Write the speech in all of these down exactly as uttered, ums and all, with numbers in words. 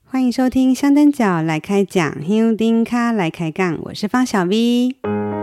欢迎收听香灯脚来开讲，香丁卡来开杠，我是方小 V。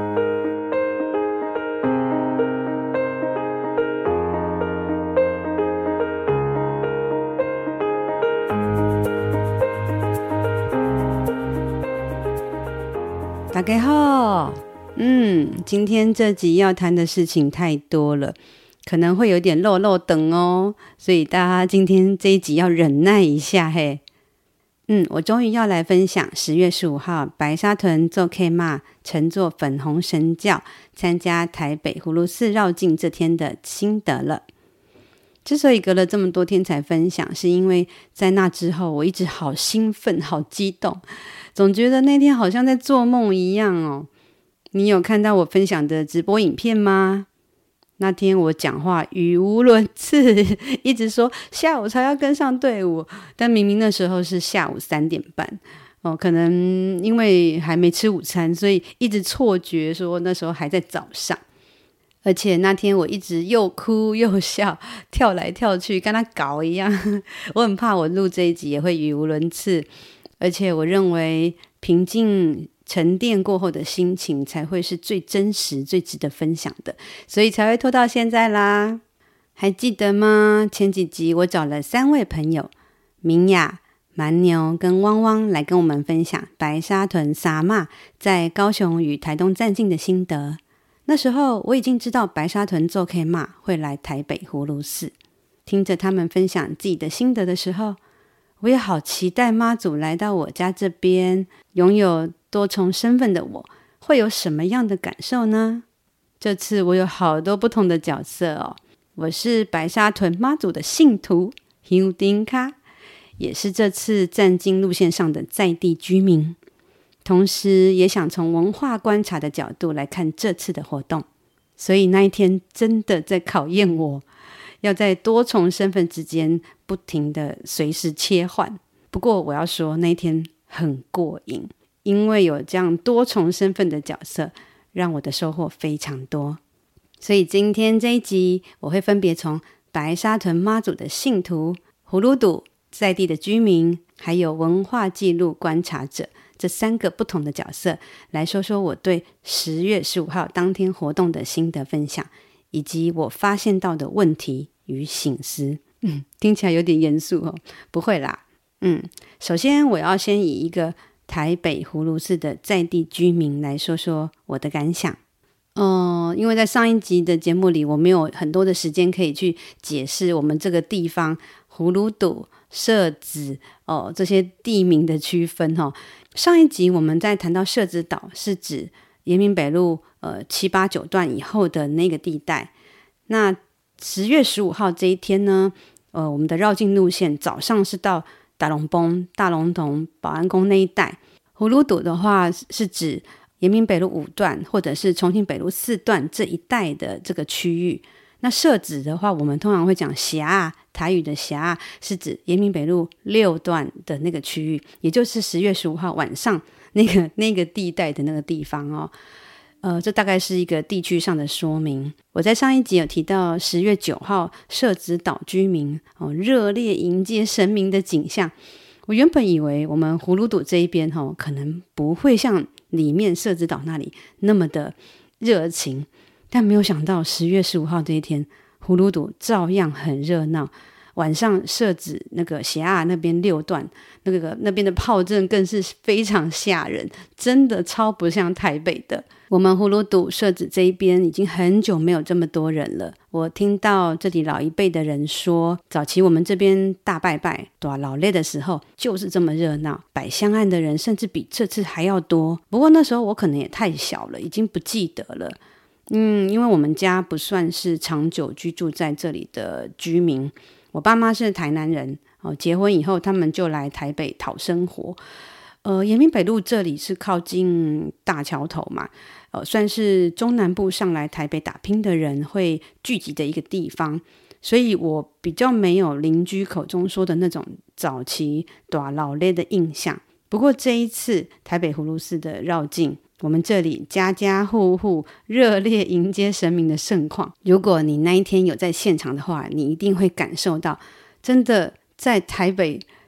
大家好，嗯，今天这集要谈的事情太多了，可能会有点漏漏等哦，所以大家今天这一集要忍耐一下嘿。嗯，我终于要来分享十月十五号白沙屯做 K 嘛乘坐粉红神教参加台北葫芦寺绕境这天的心得了。之所以隔了这么多天才分享，是因为在那之后我一直好兴奋好激动，总觉得那天好像在做梦一样哦。你有看到我分享的直播影片吗？那天我讲话语无伦次，一直说下午才要跟上队伍，但明明那时候是下午三点半哦，可能因为还没吃午餐，所以一直错觉说那时候还在早上。而且那天我一直又哭又笑，跳来跳去跟他搞一样，我很怕我录这一集也会语无伦次，而且我认为平静沉淀过后的心情才会是最真实最值得分享的，所以才会拖到现在啦。还记得吗？前几集我找了三位朋友明雅、蛮牛跟汪汪来跟我们分享白沙屯撒嘛在高雄与台东站境的心得。那时候我已经知道白沙屯做 K 嘛会来台北葫芦寺，听着他们分享自己的心得的时候，我也好期待妈祖来到我家这边，拥有多重身份的我会有什么样的感受呢？这次我有好多不同的角色哦，我是白沙屯妈祖的信徒香丁卡，也是这次站境路线上的在地居民，同时也想从文化观察的角度来看这次的活动，所以那一天真的在考验我，要在多重身份之间不停的随时切换。不过我要说那一天很过瘾，因为有这样多重身份的角色，让我的收获非常多。所以今天这一集我会分别从白沙屯妈祖的信徒、葫芦堵在地的居民，还有文化记录观察者这三个不同的角色来说说我对十月十五号当天活动的心得分享，以及我发现到的问题与省思。嗯，听起来有点严肃哦，不会啦。嗯，首先我要先以一个台北葫芦寺的在地居民来说说我的感想。嗯、呃，因为在上一集的节目里，我没有很多的时间可以去解释我们这个地方葫芦堵、社子哦这些地名的区分哦。上一集我们在谈到社子岛，是指延平北路呃七八九段以后的那个地带。那十月十五号这一天呢，呃，我们的绕境路线早上是到大龙崩、大龙峒、保安宫那一带。葫芦堵的话是指延平北路五段或者是重庆北路四段这一带的这个区域。那社子的话，我们通常会讲辖，台语的辖是指延平北路六段的那个区域，也就是十月十五号晚上那个那个地带的那个地方哦。呃，这大概是一个地区上的说明。我在上一集有提到十月九号社子岛居民哦热烈迎接神明的景象。我原本以为我们葫芦堵这一边哦，可能不会像里面社子岛那里那么的热情，但没有想到十月十五号这一天，葫芦堵照样很热闹。晚上社子那个协亚那边六段那个那边的炮阵更是非常吓人，真的超不像台北的。我们葫芦堵社子这一边已经很久没有这么多人了。我听到这里老一辈的人说，早期我们这边大拜拜大老累的时候就是这么热闹，摆香案的人甚至比这次还要多。不过那时候我可能也太小了，已经不记得了。嗯，因为我们家不算是长久居住在这里的居民，我爸妈是台南人哦，结婚以后他们就来台北讨生活。呃，延平北路这里是靠近大桥头嘛，呃，算是中南部上来台北打拼的人会聚集的一个地方，所以我比较没有邻居口中说的那种早期大老累的印象。不过这一次台北葫芦寺的绕境，我们这里家家户户热烈迎接神明的盛况。如果你那一天有在现场的话，你一定会感受到真的在台北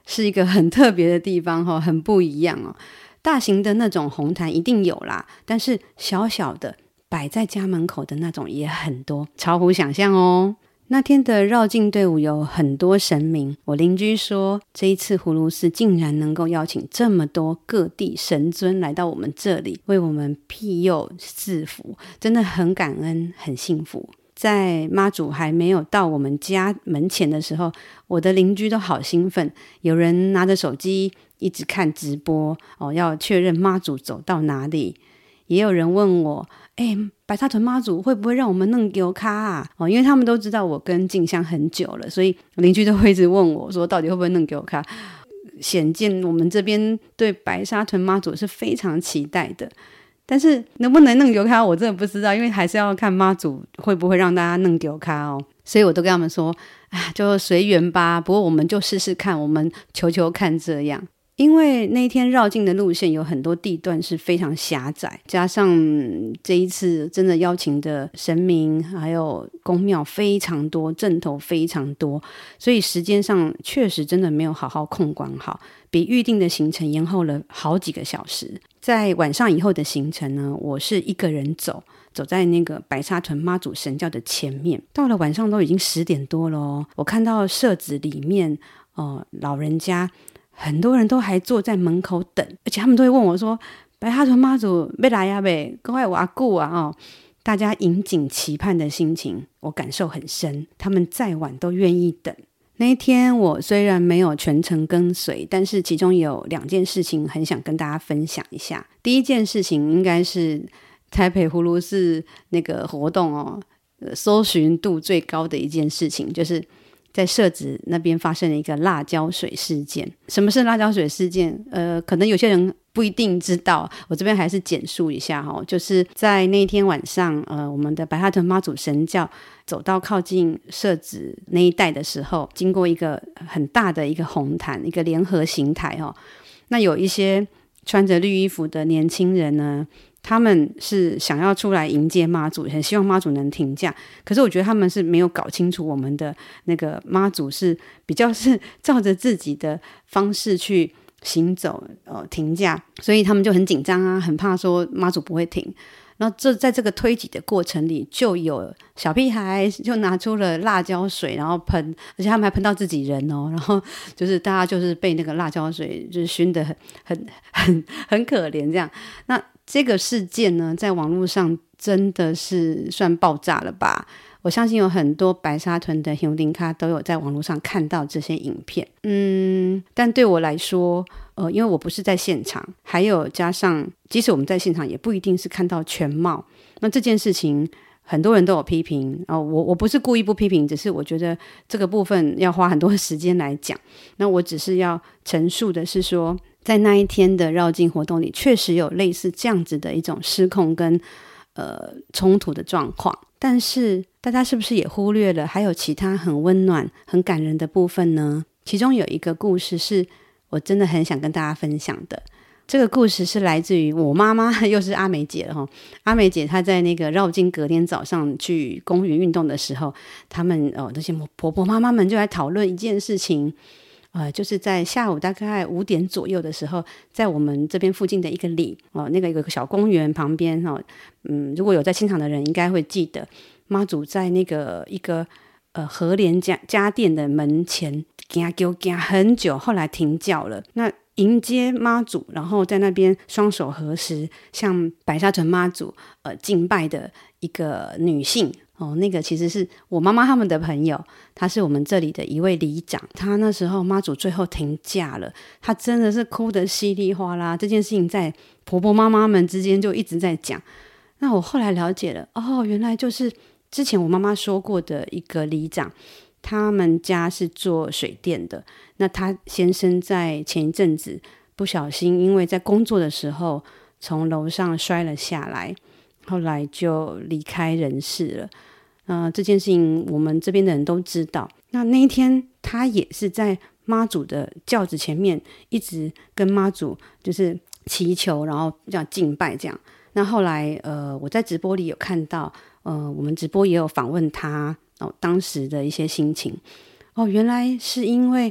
是一个很特别的地方哦，很不一样哦。大型的那种红毯一定有啦，但是小小的摆在家门口的那种也很多，超乎想象哦。那天的绕境队伍有很多神明，我邻居说这一次葫芦寺竟然能够邀请这么多各地神尊来到我们这里，为我们庇佑赐福，真的很感恩很幸福。在妈祖还没有到我们家门前的时候，我的邻居都好兴奋，有人拿着手机一直看直播哦，要确认妈祖走到哪里。也有人问我，哎、欸，白沙屯妈祖会不会让我们弄油卡啊？哦，因为他们都知道我跟静香很久了，所以邻居都会一直问我说，到底会不会弄油卡？显见我们这边对白沙屯妈祖是非常期待的，但是能不能弄油卡我真的不知道，因为还是要看妈祖会不会让大家弄油卡哦。所以我都跟他们说，啊，就随缘吧。不过我们就试试看，我们求求看这样。因为那一天绕境的路线有很多地段是非常狭窄，加上这一次真的邀请的神明还有宫庙非常多，阵头非常多，所以时间上确实真的没有好好控管好，比预定的行程延后了好几个小时。在晚上以后的行程呢，我是一个人走走在那个白沙屯妈祖神教的前面，到了晚上都已经十点多了哦，我看到社子里面呃老人家很多人都还坐在门口等，而且他们都会问我说，白沙屯妈祖要来呀呗，赶快挖久啊哦！大家引颈期盼的心情我感受很深，他们再晚都愿意等。那一天我虽然没有全程跟随，但是其中有两件事情很想跟大家分享一下。第一件事情应该是台北葫芦寺那个活动哦，搜寻度最高的一件事情，就是在社子那边发生了一个辣椒水事件。什么是辣椒水事件？呃，可能有些人不一定知道，我这边还是简述一下哈、哦。就是在那天晚上，呃，我们的白沙屯妈祖神教走到靠近社子那一带的时候，经过一个很大的一个红毯，一个联合形台哦。那有一些穿着绿衣服的年轻人呢，他们是想要出来迎接妈祖，很希望妈祖能停驾，可是我觉得他们是没有搞清楚我们的那个妈祖是比较是照着自己的方式去行走呃停驾，所以他们就很紧张啊，很怕说妈祖不会停。然后这在这个推挤的过程里，就有小屁孩就拿出了辣椒水，然后喷，而且他们还喷到自己人哦。然后就是大家就是被那个辣椒水就是熏得很很很很可怜这样。那这个事件呢，在网络上真的是算爆炸了吧？我相信有很多白沙屯的乡邻咖都有在网络上看到这些影片。嗯，但对我来说，呃，因为我不是在现场，还有加上，即使我们在现场，也不一定是看到全貌。那这件事情，很多人都有批评。哦，我我不是故意不批评，只是我觉得这个部分要花很多时间来讲。那我只是要陈述的是说，在那一天的绕境活动里，确实有类似这样子的一种失控跟呃冲突的状况。但是大家是不是也忽略了还有其他很温暖很感人的部分呢？其中有一个故事是我真的很想跟大家分享的。这个故事是来自于我妈妈，又是阿梅姐了齁。阿梅姐她在那个绕境隔天早上去公园运动的时候，他们呃那些婆婆妈妈们就来讨论一件事情，呃，就是在下午大概五点左右的时候，在我们这边附近的一个里哦、呃，那个有个小公园旁边哦，嗯，如果有在现场的人应该会记得，妈祖在那个一个呃和联家家店的门前行叫行很久，后来停轿了。那迎接妈祖，然后在那边双手合十，向白沙屯妈祖呃敬拜的一个女性。哦，那个其实是我妈妈他们的朋友，她是我们这里的一位里长。她那时候妈祖最后停驾了，她真的是哭得稀里哗啦。这件事情在婆婆妈妈们之间就一直在讲。那我后来了解了，哦，原来就是之前我妈妈说过的一个里长，他们家是做水电的。那他先生在前一阵子不小心，因为在工作的时候从楼上摔了下来，后来就离开人世了。呃，这件事情我们这边的人都知道。那那一天他也是在妈祖的轿子前面一直跟妈祖就是祈求，然后这样敬拜这样。那后来呃我在直播里有看到，呃我们直播也有访问他哦当时的一些心情。哦，原来是因为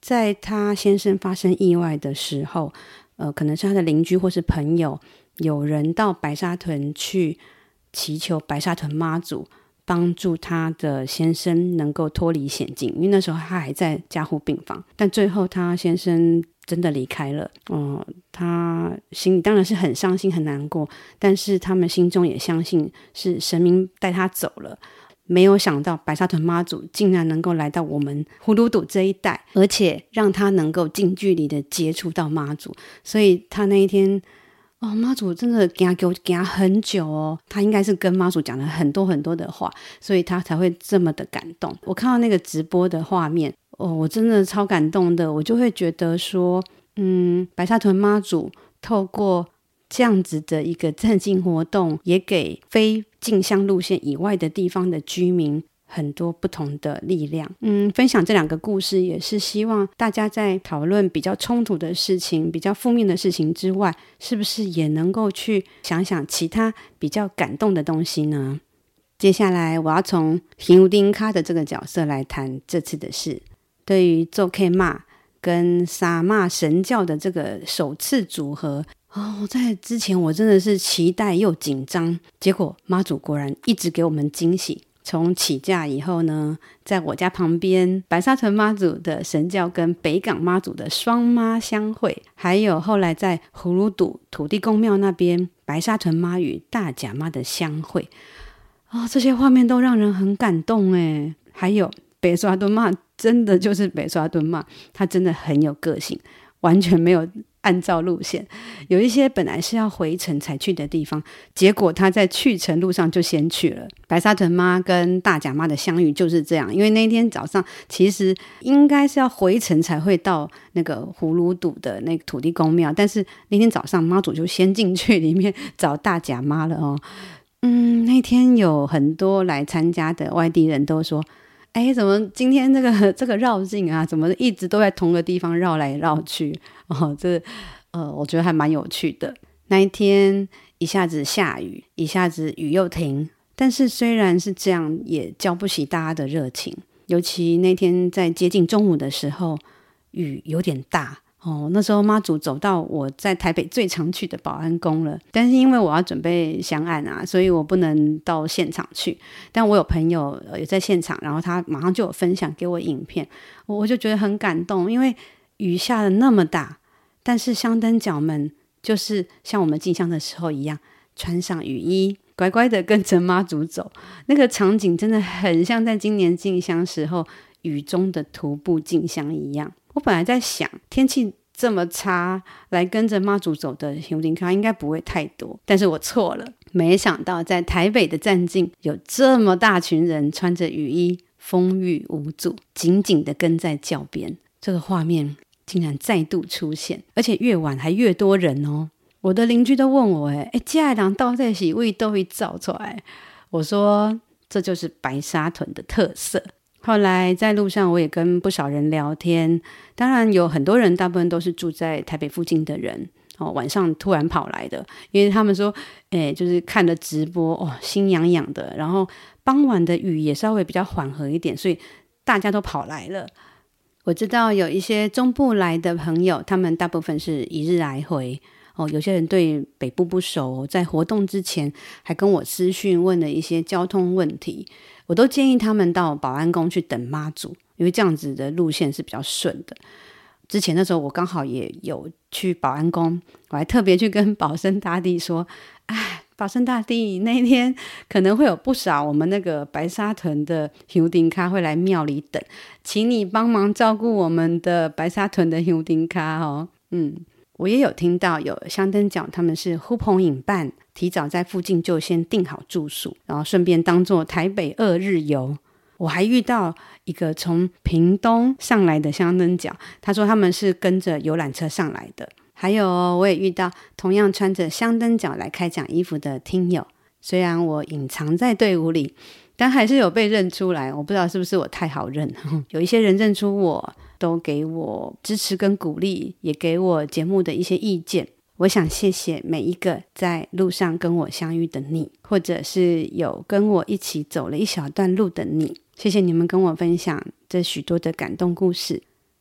在他先生发生意外的时候，呃，可能是他的邻居或是朋友，有人到白沙屯去祈求白沙屯妈祖帮助他的先生能够脱离险境，因为那时候他还在加护病房，但最后他先生真的离开了。嗯、呃，他心里当然是很伤心很难过，但是他们心中也相信是神明带他走了。没有想到白沙屯妈祖竟然能够来到我们葫芦堵这一带，而且让他能够近距离的接触到妈祖，所以他那一天哦，妈祖真的给他给我给他很久哦，他应该是跟妈祖讲了很多很多的话，所以他才会这么的感动。我看到那个直播的画面哦，我真的超感动的，我就会觉得说嗯，白沙屯妈祖透过这样子的一个镇静活动，也给非进香路线以外的地方的居民很多不同的力量。嗯，分享这两个故事也是希望大家在讨论比较冲突的事情，比较负面的事情之外，是不是也能够去想想其他比较感动的东西呢？接下来我要从香丁卡的这个角色来谈这次的事。对于做 K 骂跟撒骂神教的这个首次组合哦，在之前我真的是期待又紧张，结果妈祖果然一直给我们惊喜。从起驾以后呢，在我家旁边白沙屯妈祖的神教跟北港妈祖的双妈相会，还有后来在葫芦堵土地公庙那边白沙屯妈与大甲妈的相会哦，这些画面都让人很感动耶。还有白沙屯妈真的就是白沙屯妈，她真的很有个性，完全没有按照路线，有一些本来是要回程才去的地方，结果他在去程路上就先去了。白沙屯妈跟大甲妈的相遇就是这样，因为那天早上其实应该是要回程才会到那个葫芦堵的那个土地公庙，但是那天早上妈祖就先进去里面找大甲妈了哦。嗯，那天有很多来参加的外地人都说，哎，怎么今天这个这个绕境啊，怎么一直都在同个地方绕来绕去哦，这呃，我觉得还蛮有趣的。那一天一下子下雨，一下子雨又停，但是虽然是这样，也浇不熄大家的热情。尤其那天在接近中午的时候，雨有点大哦，那时候妈祖走到我在台北最常去的保安宫了，但是因为我要准备香案啊，所以我不能到现场去。但我有朋友也在现场，然后他马上就有分享给我影片，我就觉得很感动，因为雨下得那么大，但是香灯脚们就是像我们进香的时候一样，穿上雨衣，乖乖的跟着妈祖走。那个场景真的很像在今年进香时候雨中的徒步进香一样。我本来在想，天气这么差，来跟着妈祖走的香丁卡应该不会太多，但是我错了。没想到在台北的站境有这么大群人穿着雨衣，风雨无阻，紧紧的跟在教边。这个画面竟然再度出现，而且越晚还越多人哦。我的邻居都问我，哎，哎，这人到底是为都会造出来？我说这就是白沙屯的特色。后来在路上我也跟不少人聊天，当然有很多人大部分都是住在台北附近的人哦，晚上突然跑来的，因为他们说诶，就是看了直播哦，心痒痒的，然后傍晚的雨也稍微比较缓和一点，所以大家都跑来了。我知道有一些中部来的朋友，他们大部分是一日来回哦，有些人对北部不熟，在活动之前还跟我私讯问了一些交通问题，我都建议他们到保安宫去等妈祖，因为这样子的路线是比较顺的。之前的时候我刚好也有去保安宫，我还特别去跟保生大帝说，哎，保生大帝那一天可能会有不少我们那个白沙屯的香丁卡会来庙里等，请你帮忙照顾我们的白沙屯的香丁卡哦。嗯，我也有听到有香灯脚他们是呼朋引伴，提早在附近就先订好住宿，然后顺便当做台北二日游。我还遇到一个从屏东上来的香灯脚，他说他们是跟着游览车上来的。还有我也遇到同样穿着香灯脚来开讲衣服的听友，虽然我隐藏在队伍里，但还是有被认出来，我不知道是不是我太好认有一些人认出我，都给我支持跟鼓励，也给我节目的一些意见。我想谢谢每一个在路上跟我相遇的你，或者是有跟我一起走了一小段路的你，谢谢你们跟我分享这许多的感动故事。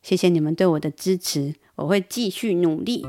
谢谢你们对我的支持，我会继续努力。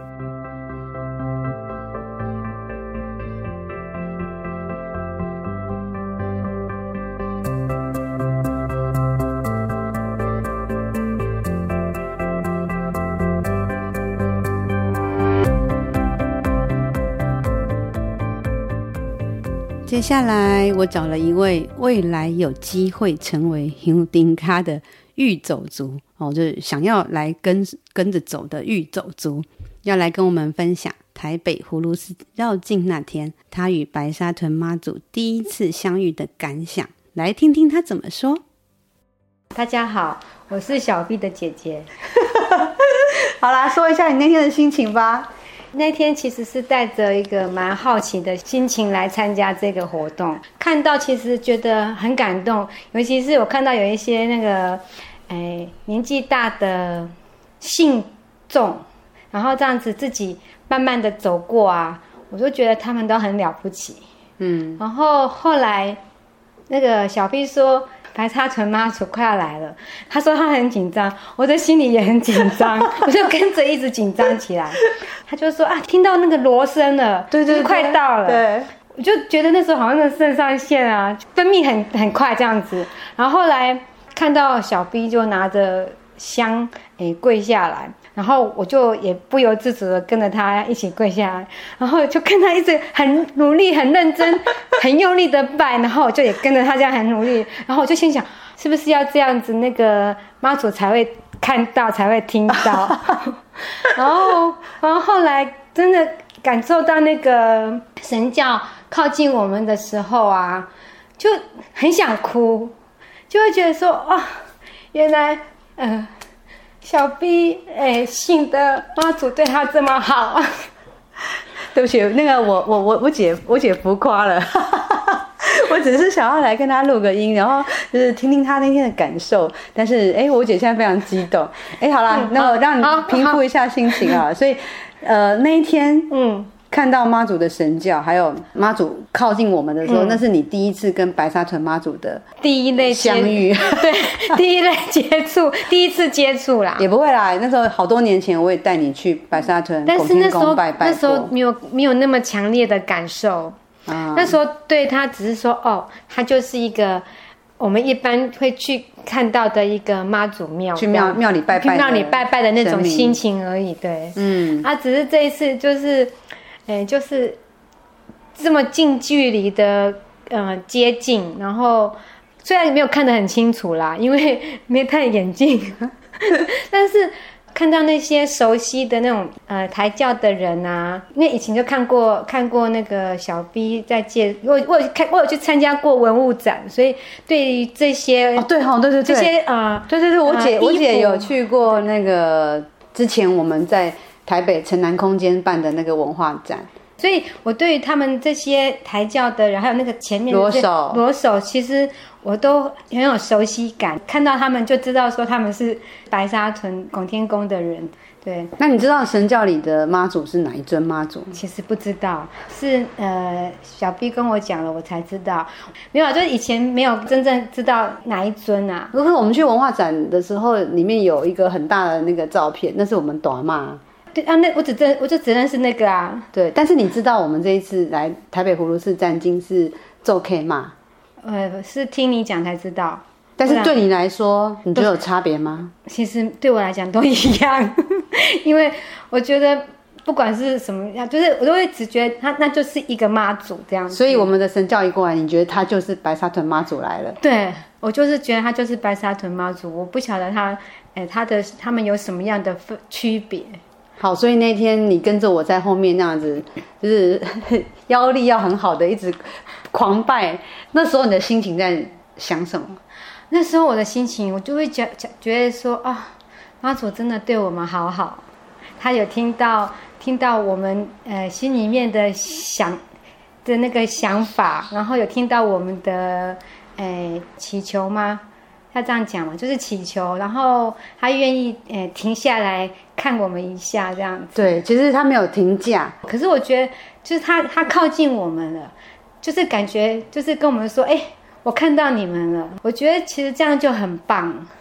接下来我找了一位未来有机会成为香丁卡的御走族、哦、就是想要来 跟, 跟着走的御走族，要来跟我们分享台北葫芦寺绕境那天他与白沙屯妈祖第一次相遇的感想，来听听他怎么说。 大家好，我是小 B 的姐姐好啦，说一下你那天的心情吧。 那天其实是带着一个蛮好奇的心情来参加这个活动，看到其实觉得很感动，尤其是我看到有一些那个、哎、年纪大的信众，然后这样子自己慢慢的走过啊，我就觉得他们都很了不起。嗯，然后后来那个小 B 说白沙屯妈祖快要来了，他说他很紧张，我的心里也很紧张我就跟着一直紧张起来。他就说啊，听到那个锣声了，对对对，快到了。对，我就觉得那时候好像那肾上腺啊分泌很很快这样子。然后后来看到小 B 就拿着香诶跪下来，然后我就也不由自主的跟着他一起跪下来，然后就看他一直很努力很认真很用力的拜，然后我就也跟着他这样很努力，然后我就心想是不是要这样子那个妈祖才会看到才会听到然后然后后来真的感受到那个神教靠近我们的时候啊，就很想哭，就会觉得说啊、哦，原来呃小 B 哎信的妈祖对他这么好对不起，那个我我我我姐我姐浮夸了我只是想要来跟他录个音，然后就是听听他那天的感受。但是哎，我姐现在非常激动。哎，好啦，嗯、那我让你平复一下心情啊。所以呃那一天嗯看到妈祖的神教，还有妈祖靠近我们的时候、嗯、那是你第一次跟白沙屯妈祖的第一类相遇。 对，第一类接触第一次接触啦。 也不会啦，那时候好多年前我也带你去白沙屯但是那时候拜拜那时候没有没有那么强烈的感受。啊、那时候对他只是说哦，他就是一个我们一般会去看到的一个妈祖庙， 去庙庙里拜拜， 去庙里拜拜的那种心情而已。对，嗯，他、啊、只是这一次就是，哎，就是这么近距离的呃接近，然后虽然没有看得很清楚啦，因为没戴眼镜，但是。看到那些熟悉的那种呃台教的人啊，因为以前就看过看过那个小 B 在介，我我有看我有去参加过文物展，所以对于这些哦对哈对对对这些啊、呃、 对对对，我姐、呃、我姐有去过那个之前我们在台北城南空间办的那个文化展。 所以我对于他们这些台教的人，还有那个前面的锣手锣手，其实我都很有熟悉感，看到他们就知道说他们是白沙屯拱天宫的人。对， 那你知道神教里的妈祖是哪一尊妈祖？ 其实不知道，是呃小 B 跟我讲了，我才知道。没有，就是以前没有真正知道哪一尊啊。 如果我们去文化展的时候，里面有一个很大的那个照片，那是我们大妈。 对啊，那我只认我就只认识那个啊。 对，但是你知道我们这一次来台北葫芦寺站经是做 K 嘛？ 呃，是听你讲才知道。 但是对你来说，你觉得有差别吗？ 其实对我来讲都一样，因为我觉得不管是什么样，就是我都会只觉得他那就是一个妈祖这样子。 所以我们的神教一过来，你觉得他就是白沙屯妈祖来了？ 对，我就是觉得他就是白沙屯妈祖，我不晓得他，哎，他的他们有什么样的区别。 好，所以那天你跟着我在后面那样子，就是腰力要很好的一直狂拜。那时候你的心情在想什么？ 那时候我的心情，我就会觉觉得说啊，妈祖真的对我们好好，他有听到听到我们呃心里面的想的那个想法，然后有听到我们的呃祈求吗？他这样讲嘛，就是祈求，然后他愿意呃停下来看我们一下这样子。 对，其实他没有停价， 可是我觉得就是他他靠近我们了，就是感觉就是跟我们说，哎、欸，我看到你们了。我觉得其实这样就很棒，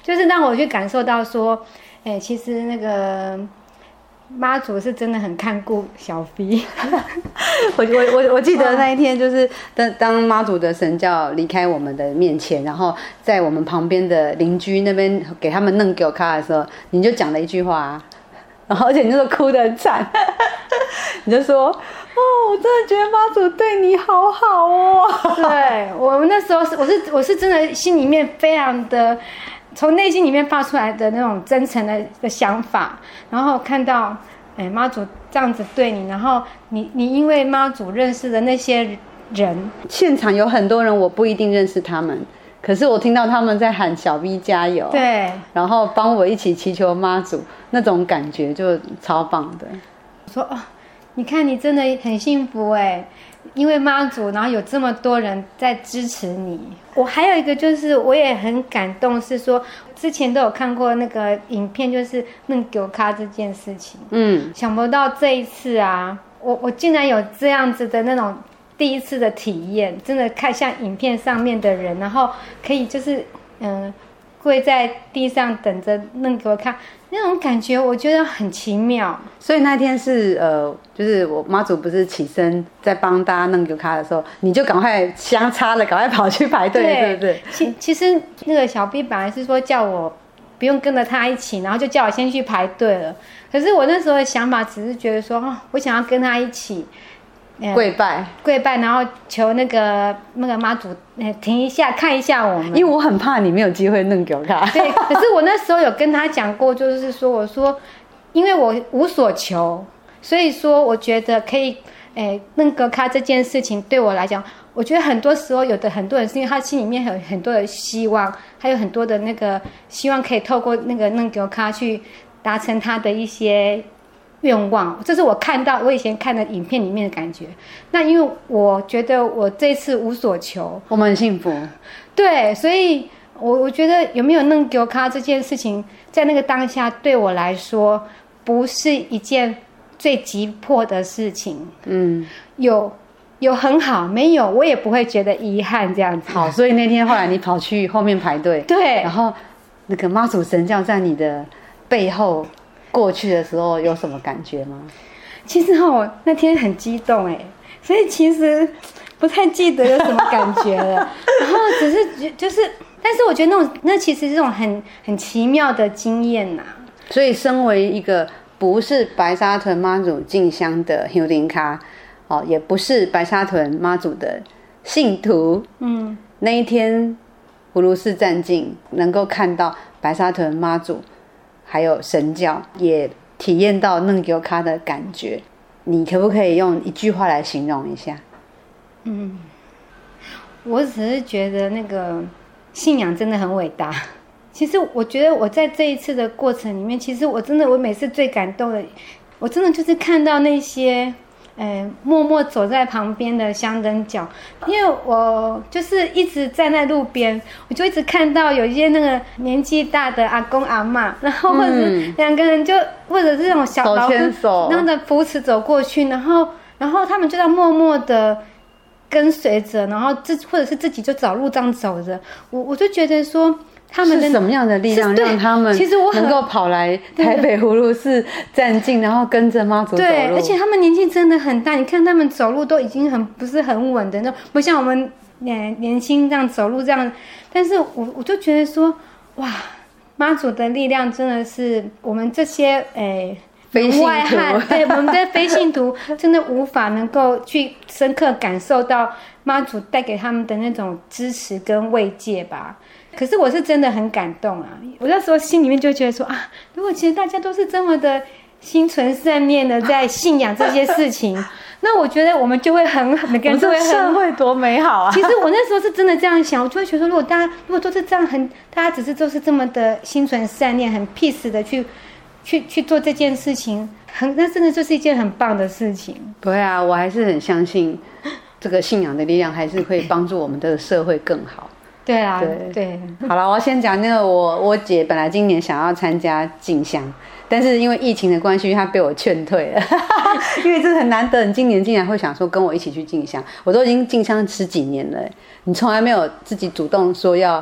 就是让我去感受到说，哎，其实那个妈祖是真的很看顾小 B。 我我我我记得那一天就是当当妈祖的神教离开我们的面前，然后在我们旁边的邻居那边给他们弄给我看的时候，你就讲了一句话、啊，然后而且你那时候哭得很惨，你就说哦，我真的觉得妈祖对你好好哦。 对，我那时候是我是我是真的心里面非常的从内心里面发出来的那种真诚的的想法，然后看到哎妈祖这样子对你，然后你你因为妈祖认识的那些人， 现场有很多人我不一定认识他们，可是我听到他们在喊小 B 加油， 对， 然后帮我一起祈求妈祖，那种感觉就超棒的。 我说哦，你看你真的很幸福哎，因为妈祖，然后有这么多人在支持你。我还有一个就是我也很感动，是说之前都有看过那个影片，就是弄丢卡这件事情，嗯，想不到这一次啊，我我竟然有这样子的那种第一次的体验，真的看像影片上面的人，然后可以就是嗯跪在地上等着弄给我看，那种感觉我觉得很奇妙。 所以那天是呃，就是我妈祖不是起身在帮大家弄给卡的时候，你就赶快相差了，赶快跑去排队，对不对？ 其其实那个小 B 本来是说叫我不用跟着他一起，然后就叫我先去排队了。可是我那时候的想法只是觉得说，哦，我想要跟他一起。 跪拜， 跪拜，然后求那个那个妈祖，停一下，看一下我们。 因为我很怕你没有机会弄给我看。 对，可是我那时候有跟他讲过，就是说，我说，因为我无所求，所以说我觉得可以，哎，弄给我看这件事情对我来讲，我觉得很多时候有的很多人是因为他心里面有很多的希望，还有很多的那个希望可以透过那个弄给我看去达成他的一些愿望，这是我看到我以前看的影片里面的感觉。那因为我觉得我这次无所求， 我们很幸福。 对，所以我我觉得有没有弄给我看这件事情，在那个当下对我来说不是一件最急迫的事情。嗯，有有很好，没有我也不会觉得遗憾这样子。 好，所以那天后来你跑去后面排队， 对， 然后那个妈祖神教在你的背后过去的时候有什么感觉吗？ 其实我那天很激动哎，所以其实不太记得有什么感觉了。然后只是就是，但是我觉得那种那其实是这种很很奇妙的经验呐、啊。 所以，身为一个不是白沙屯妈祖进香的香灯脚，哦，也不是白沙屯妈祖的信徒，嗯，那一天葫芦寺站境，能够看到白沙屯妈祖。还有神教也体验到弄给卡的感觉，你可不可以用一句话来形容一下？ 嗯，我只是觉得那个信仰真的很伟大。其实我觉得我在这一次的过程里面，其实我真的我每次最感动的，我真的就是看到那些呃，默默走在旁边的香灯脚，因为我就是一直站在路边，我就一直看到有一些那个年纪大的阿公阿嬷，然后或者是两个人就或者是那种小老师那样的扶持走过去，然后然后他们就在默默的跟随着，然后自或者是自己就找路这样走着，我我就觉得说。他们是什么样的力量让他们能够跑来台北葫芦寺站境，然后跟着妈祖走路？ 对，而且他们年纪真的很大，你看他们走路都已经很不是很稳的，那不像我们年年轻这样走路这样。但是我我就觉得说，哇，妈祖的力量真的是我们这些诶。 非信徒外汉，对我们的非信徒真的无法能够去深刻感受到妈祖带给他们的那种支持跟慰藉吧。可是我是真的很感动啊！我那时候心里面就觉得说啊，如果其实大家都是这么的心存善念的在信仰这些事情，那我觉得我们就会很每个人都会很社会多美好啊！ 其实我那时候是真的这样想，我就会觉得说，如果大家如果都是这样很，大家只是都是这么的心存善念，很 peace 的去。去去做这件事情，很那真的就是一件很棒的事情。 不会啊，我还是很相信这个信仰的力量，还是会帮助我们的社会更好。 对啊， 对对。 好了，我要先讲那个我我姐本来今年想要参加进香，但是因为疫情的关系，她被我劝退了。因为这很难得，你今年竟然会想说跟我一起去进香，我都已经进香十几年了，你从来没有自己主动说要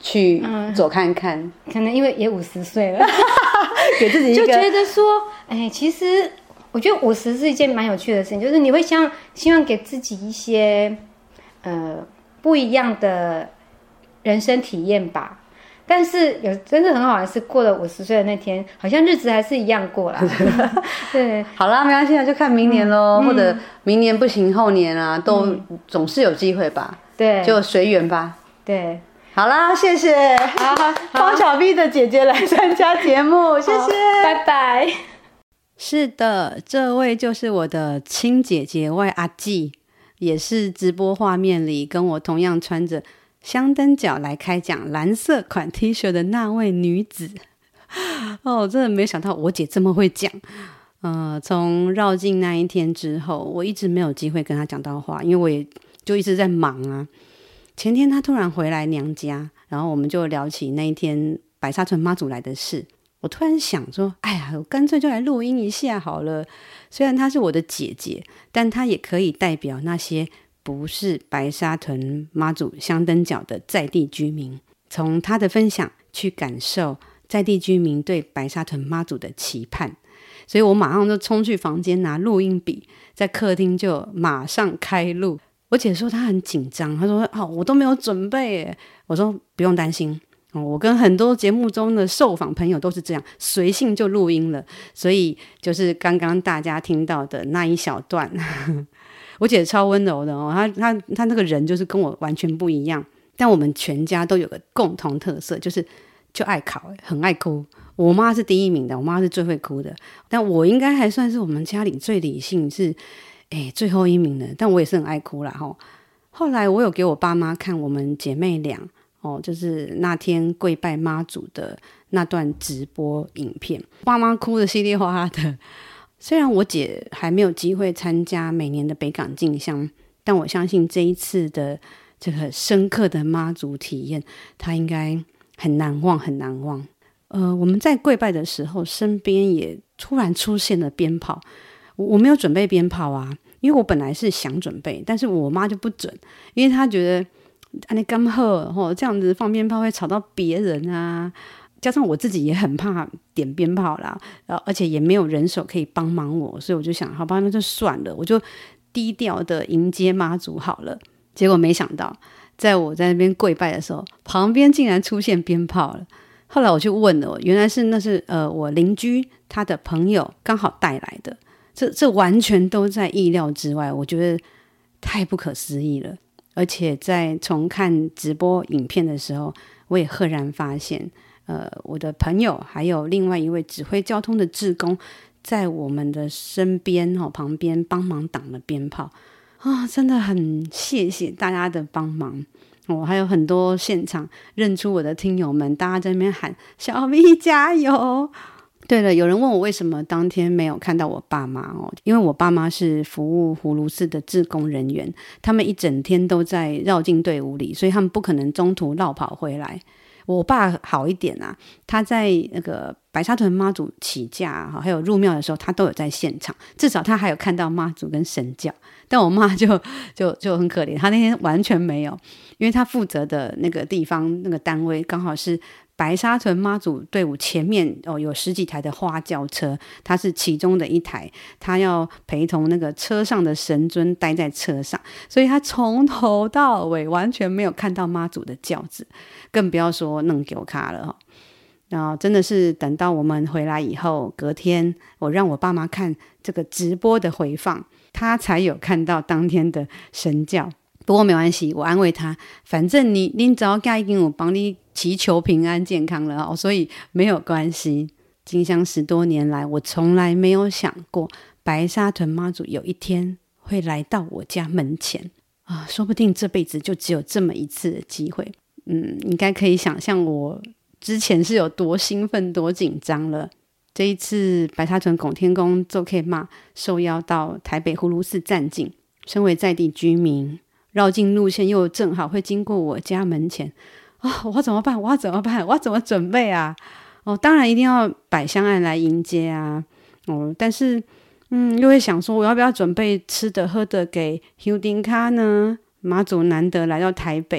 去走看看？嗯、 可能因为也五十岁了， 给自己一个就觉得说，哎，其实我觉得五十是一件蛮有趣的事情，就是你会想希望给自己一些呃不一样的人生体验吧。但是有真的很好的是，过了五十岁的那天，好像日子还是一样过啦。对， 好啦，没关系，就看明年咯、嗯、或者明年不行后年啊，都、嗯、总是有机会吧。 对， 就随缘吧。 对， 好啦，谢谢方小 V 的姐姐来参加节目，谢谢， 拜拜。 是的，这位就是我的亲姐姐外阿纪，也是直播画面里跟我同样穿着香灯脚来开讲蓝色款 T 恤的那位女子。哦，真的没想到我姐这么会讲。呃，从绕境那一天之后，我一直没有机会跟她讲到话，因为我也就一直在忙啊。前天她突然回来娘家，然后我们就聊起那一天白沙屯妈祖来的事。我突然想说，哎呀，我干脆就来录音一下好了。虽然她是我的姐姐，但她也可以代表那些不是白沙屯妈祖香灯脚的在地居民，从她的分享去感受在地居民对白沙屯妈祖的期盼。所以我马上就冲去房间拿录音笔，在客厅就马上开录。我姐说她很紧张，她说、哦、我都没有准备耶。我说不用担心、哦、我跟很多节目中的受访朋友都是这样，随性就录音了。所以就是刚刚大家听到的那一小段我姐超温柔的、哦、她, 她, 她那个人就是跟我完全不一样，但我们全家都有个共同特色，就是就爱考，很爱哭。我妈是第一名的，我妈是最会哭的，但我应该还算是我们家里最理性，是哎最后一名的，但我也是很爱哭啦齁。后来我有给我爸妈看我们姐妹俩哦，就是那天跪拜妈祖的那段直播影片，爸妈哭得稀里哗啦的。虽然我姐还没有机会参加每年的北港进香，但我相信这一次的这个深刻的妈祖体验，她应该很难忘很难忘。呃，我们在跪拜的时候，身边也突然出现了鞭炮。我, 我没有准备鞭炮啊，因为我本来是想准备，但是我妈就不准，因为她觉得啊你刚好这样子放鞭炮会吵到别人啊，加上我自己也很怕点鞭炮啦，而且也没有人手可以帮忙我，所以我就想好吧，那就算了，我就低调的迎接妈祖好了。结果没想到在我在那边跪拜的时候，旁边竟然出现鞭炮了。后来我去问了，原来是那是呃我邻居他的朋友刚好带来的，这这完全都在意料之外，我觉得太不可思议了。而且在重看直播影片的时候，我也赫然发现，呃，我的朋友还有另外一位指挥交通的志工，在我们的身边哦旁边帮忙挡了鞭炮啊、哦，真的很谢谢大家的帮忙。我、哦、还有很多现场认出我的听友们，大家在那边喊小 V 加油。对了，有人问我为什么当天没有看到我爸妈哦，因为我爸妈是服务葫芦寺的志工人员，他们一整天都在绕境队伍里，所以他们不可能中途绕跑回来。我爸好一点啊，他在那个白沙屯妈祖起驾还有入庙的时候，他都有在现场，至少他还有看到妈祖跟神教。但我妈就就就很可怜，她那天完全没有，因为她负责的那个地方那个单位刚好是白沙屯妈祖队伍前面哦，有十几台的花轿车，她是其中的一台，她要陪同那个车上的神尊待在车上，所以她从头到尾完全没有看到妈祖的轿子，更不要说弄给我卡了、哦、然后真的是等到我们回来以后，隔天我让我爸妈看这个直播的回放，他才有看到当天的神教。不过没关系，我安慰他，反正你你早该已经有帮你祈求平安健康了、哦、所以没有关系。进香十多年来，我从来没有想过白沙屯妈祖有一天会来到我家门前啊，说不定这辈子就只有这么一次的机会。嗯，应该可以想象我之前是有多兴奋多紧张了。这一次白沙屯拱天宫做 K 嘛，受邀到台北葫芦寺站境，身为在地居民，绕境路线又正好会经过我家门前、哦、我要怎么办我要怎么办我要怎么准备啊、哦、当然一定要摆香案来迎接啊、哦、但是嗯，又会想说我要不要准备吃的喝的给香丁卡呢？妈祖难得来到台北，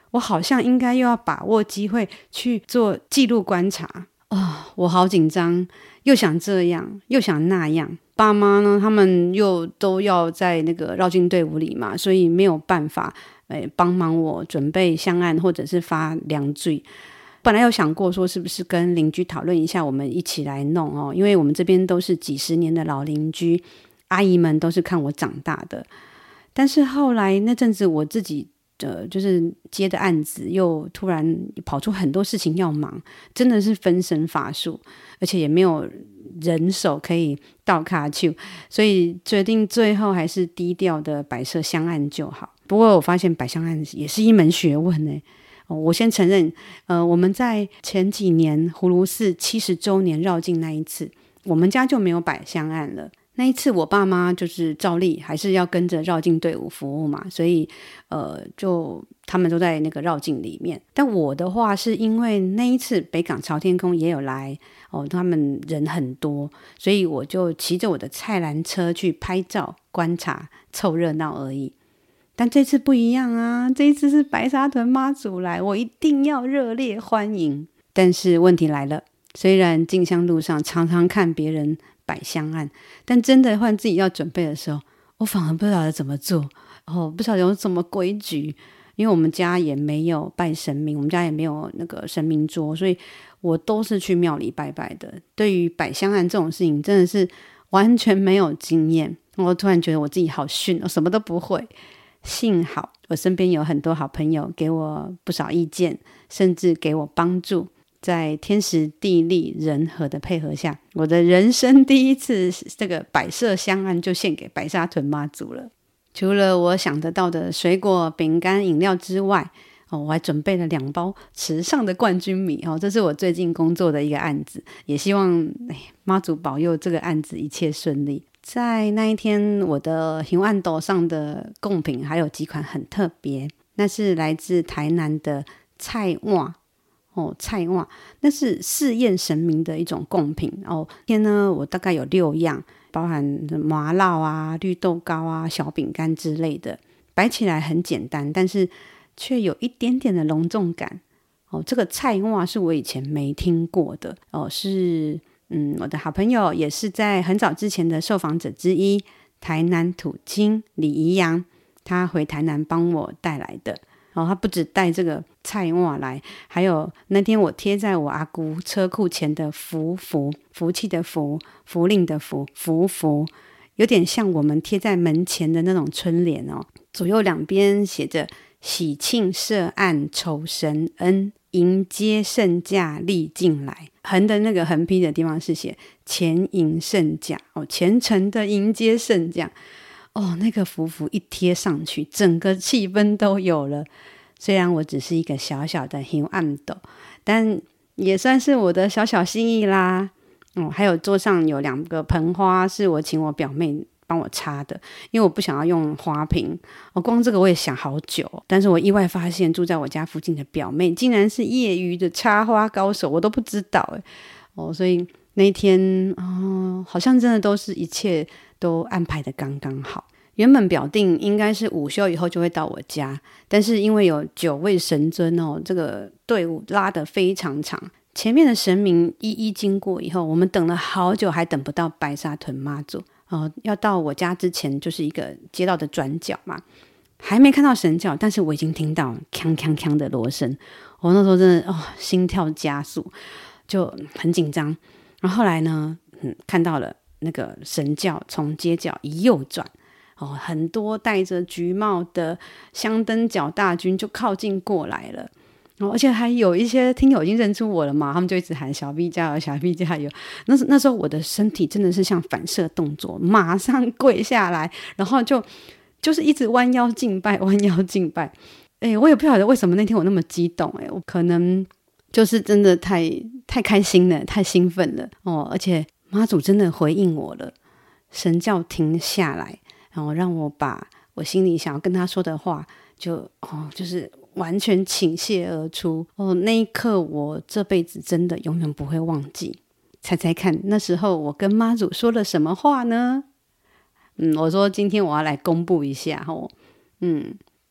我好像应该又要把握机会去做记录观察。哦，我好紧张，又想这样又想那样。爸妈呢，他们又都要在那个绕境队伍里嘛，所以没有办法诶帮忙我准备香案或者是发凉水。本来有想过说是不是跟邻居讨论一下，我们一起来弄哦，因为我们这边都是几十年的老邻居，阿姨们都是看我长大的。但是后来那阵子我自己呃，就是接的案子又突然跑出很多事情要忙，真的是分身乏术，而且也没有人手可以倒卡去，所以决定最后还是低调的摆设香案就好。不过我发现摆香案也是一门学问耶、哦、我先承认呃，我们在前几年葫芦寺七十周年绕境那一次，我们家就没有摆香案了。那一次我爸妈就是照例还是要跟着绕境队伍服务嘛，所以呃，就他们都在那个绕境里面。但我的话是因为那一次北港朝天宫也有来哦，他们人很多，所以我就骑着我的菜篮车去拍照观察凑热闹而已。但这次不一样啊，这一次是白沙屯妈祖来，我一定要热烈欢迎。但是问题来了，虽然进香路上常常看别人摆香案，但真的换自己要准备的时候，我反而不知道怎么做哦，不晓得有什么规矩。因为我们家也没有拜神明，我们家也没有那个神明桌，所以我都是去庙里拜拜的。对于摆香案这种事情真的是完全没有经验，我突然觉得我自己好逊，我什么都不会。幸好我身边有很多好朋友给我不少意见，甚至给我帮助，在天时地利人和的配合下，我的人生第一次这个摆设香案就献给白沙屯妈祖了。除了我想得到的水果、饼干、饮料之外、哦、我还准备了两包池上的冠军米、哦、这是我最近工作的一个案子，也希望妈祖保佑这个案子一切顺利。在那一天，我的香案斗上的贡品还有几款很特别，那是来自台南的菜碗哦，菜碗那是试验神明的一种贡品哦。今天呢，我大概有六样，包含麻辣啊、绿豆糕啊、小饼干之类的，摆起来很简单，但是却有一点点的隆重感哦。这个菜碗是我以前没听过的哦，是嗯，我的好朋友也是在很早之前的受访者之一，台南土青李怡阳，他回台南帮我带来的。哦，他不止带这个菜碗来，还有那天我贴在我阿姑车库前的福福，福气的福，福令的福，福福，有点像我们贴在门前的那种春联哦。左右两边写着喜庆设案酬神恩，迎接圣驾历进来。横的那个横批的地方是写前迎圣驾哦，虔诚的迎接圣驾哦。那个福福一贴上去，整个气氛都有了。虽然我只是一个小小的香案斗，但也算是我的小小心意啦。哦，还有桌上有两个盆花，是我请我表妹帮我插的，因为我不想要用花瓶。哦，光这个我也想好久，但是我意外发现住在我家附近的表妹竟然是业余的插花高手，我都不知道耶。哦，所以那一天哦，好像真的都是一切都安排的刚刚好。原本表定应该是午休以后就会到我家，但是因为有九位神尊哦，这个队伍拉得非常长，前面的神明一一经过以后，我们等了好久还等不到白沙屯妈祖哦。要到我家之前就是一个街道的转角嘛，还没看到神教，但是我已经听到锵锵锵的锣声，我那时候真的哦心跳加速，就很紧张。然后后来呢，嗯，看到了那个神教从街角一右转哦，很多戴着橘帽的香灯脚大军就靠近过来了。哦，而且还有一些听友已经认出我了嘛，他们就一直喊小 B 加油小 B 加油。那那时候我的身体真的是像反射动作，马上跪下来，然后就就是一直弯腰敬拜弯腰敬拜。诶，我也不晓得为什么那天我那么激动，诶，我可能就是真的太太开心了，太兴奋了哦。而且妈祖真的回应我了，神教停下来，然后让我把我心里想要跟他说的话就哦就是完全倾泻而出哦。那一刻我这辈子真的永远不会忘记。猜猜看那时候我跟妈祖说了什么话呢？嗯，我说今天我要来公布一下哦。嗯，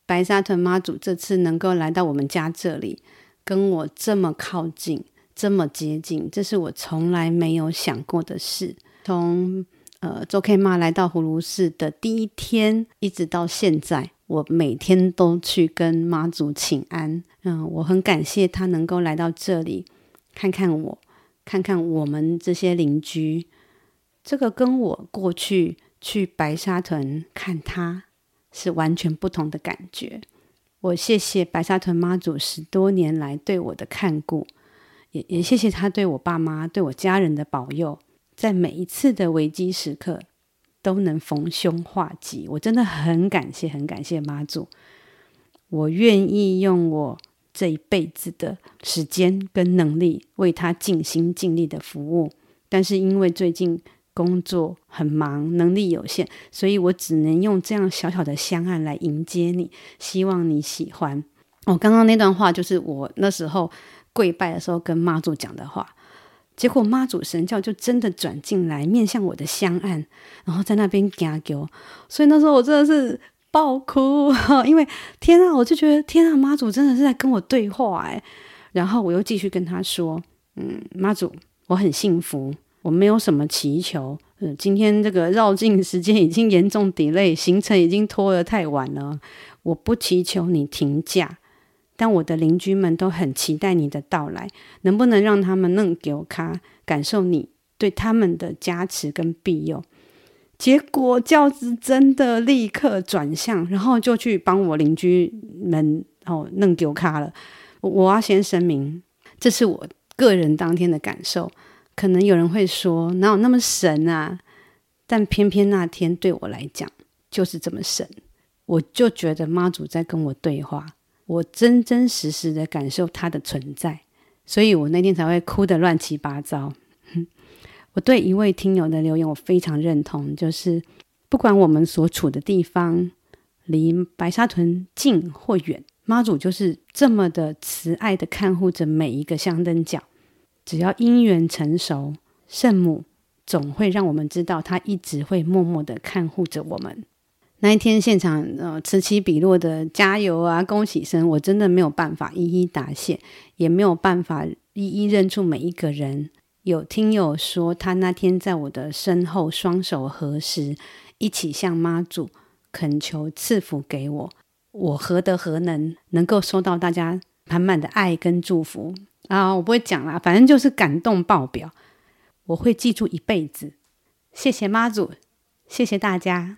白沙屯妈祖这次能够来到我们家这里，跟我这么靠近，这么接近，这是我从来没有想过的事。从呃周 K 妈来到葫芦寺的第一天一直到现在，我每天都去跟妈祖请安。嗯，我很感谢她能够来到这里，看看我，看看我们这些邻居。这个跟我过去去白沙屯看她是完全不同的感觉。我谢谢白沙屯妈祖十多年来对我的看顾，也也谢谢她对我爸妈、对我家人的保佑，在每一次的危机时刻都能逢凶化吉。我真的很感谢很感谢妈祖，我愿意用我这一辈子的时间跟能力为她尽心尽力的服务。但是因为最近工作很忙，能力有限，所以我只能用这样小小的香案来迎接你，希望你喜欢。哦，刚刚那段话就是我那时候跪拜的时候跟妈祖讲的话，结果妈祖神教就真的转进来，面向我的香案，然后在那边行给我，所以那时候我真的是爆哭，因为天啊，我就觉得天啊，妈祖真的是在跟我对话哎。然后我又继续跟他说，嗯，妈祖，我很幸福，我没有什么祈求，呃，今天这个绕境时间已经严重 delay， 行程已经拖得太晚了，我不祈求你停假，但我的邻居们都很期待你的到来，能不能让他们能给我卡感受你对他们的加持跟庇佑。结果轿子真的立刻转向，然后就去帮我邻居们哦弄给我卡了。我要先声明，这是我个人当天的感受，可能有人会说哪有那么神啊，但偏偏那天对我来讲就是这么神。我就觉得妈祖在跟我对话，我真真实实的感受他的存在，所以我那天才会哭得乱七八糟。我对一位听友的留言我非常认同，就是不管我们所处的地方离白沙屯近或远，妈祖就是这么的慈爱的看护着每一个香灯脚。只要因缘成熟，圣母总会让我们知道她一直会默默的看护着我们。那一天现场呃此起彼落的加油啊恭喜声，我真的没有办法一一答谢，也没有办法一一认出每一个人。有听友说他那天在我的身后双手合十，一起向妈祖恳求赐福给我，我何德何能能够收到大家满满的爱跟祝福啊！我不会讲啦，反正就是感动爆表，我会记住一辈子。谢谢妈祖，谢谢大家。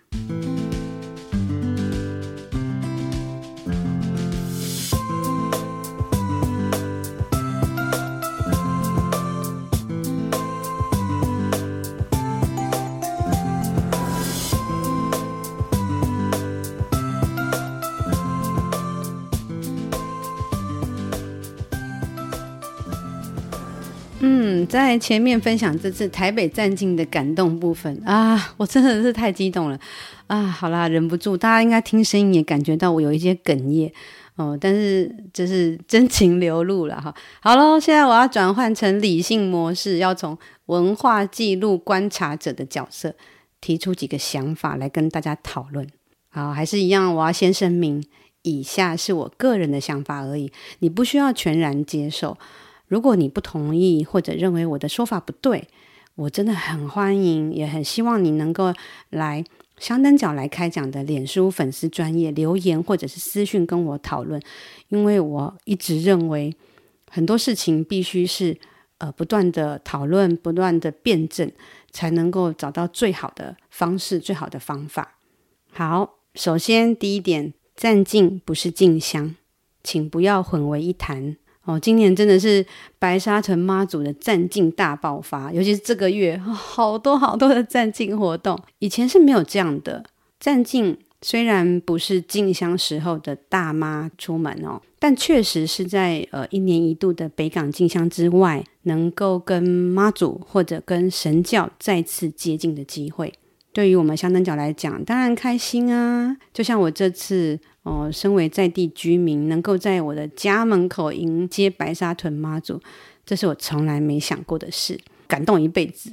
嗯，在前面分享这次台北站境的感动部分啊，我真的是太激动了啊！好啦，忍不住，大家应该听声音也感觉到我有一些哽咽哦，但是这是真情流露了哈。好咯，现在我要转换成理性模式，要从文化记录观察者的角色提出几个想法来跟大家讨论。好，还是一样，我要先声明，以下是我个人的想法而已，你不需要全然接受。如果你不同意或者认为我的说法不对，我真的很欢迎，也很希望你能够来香灯脚来开讲的脸书粉丝专页留言或者是私讯跟我讨论。因为我一直认为很多事情必须是呃不断的讨论，不断的辩证，才能够找到最好的方式，最好的方法。好，首先第一点，站境不是进香，请不要混为一谈哦，今年真的是白沙屯妈祖的站境大爆发，尤其是这个月、哦、好多好多的站境活动，以前是没有这样的。站境虽然不是进香时候的大妈出门哦，但确实是在呃一年一度的北港进香之外，能够跟妈祖或者跟神教再次接近的机会。对于我们香灯脚来讲，当然开心啊！就像我这次哦，身为在地居民，能够在我的家门口迎接白沙屯妈祖，这是我从来没想过的事，感动一辈子。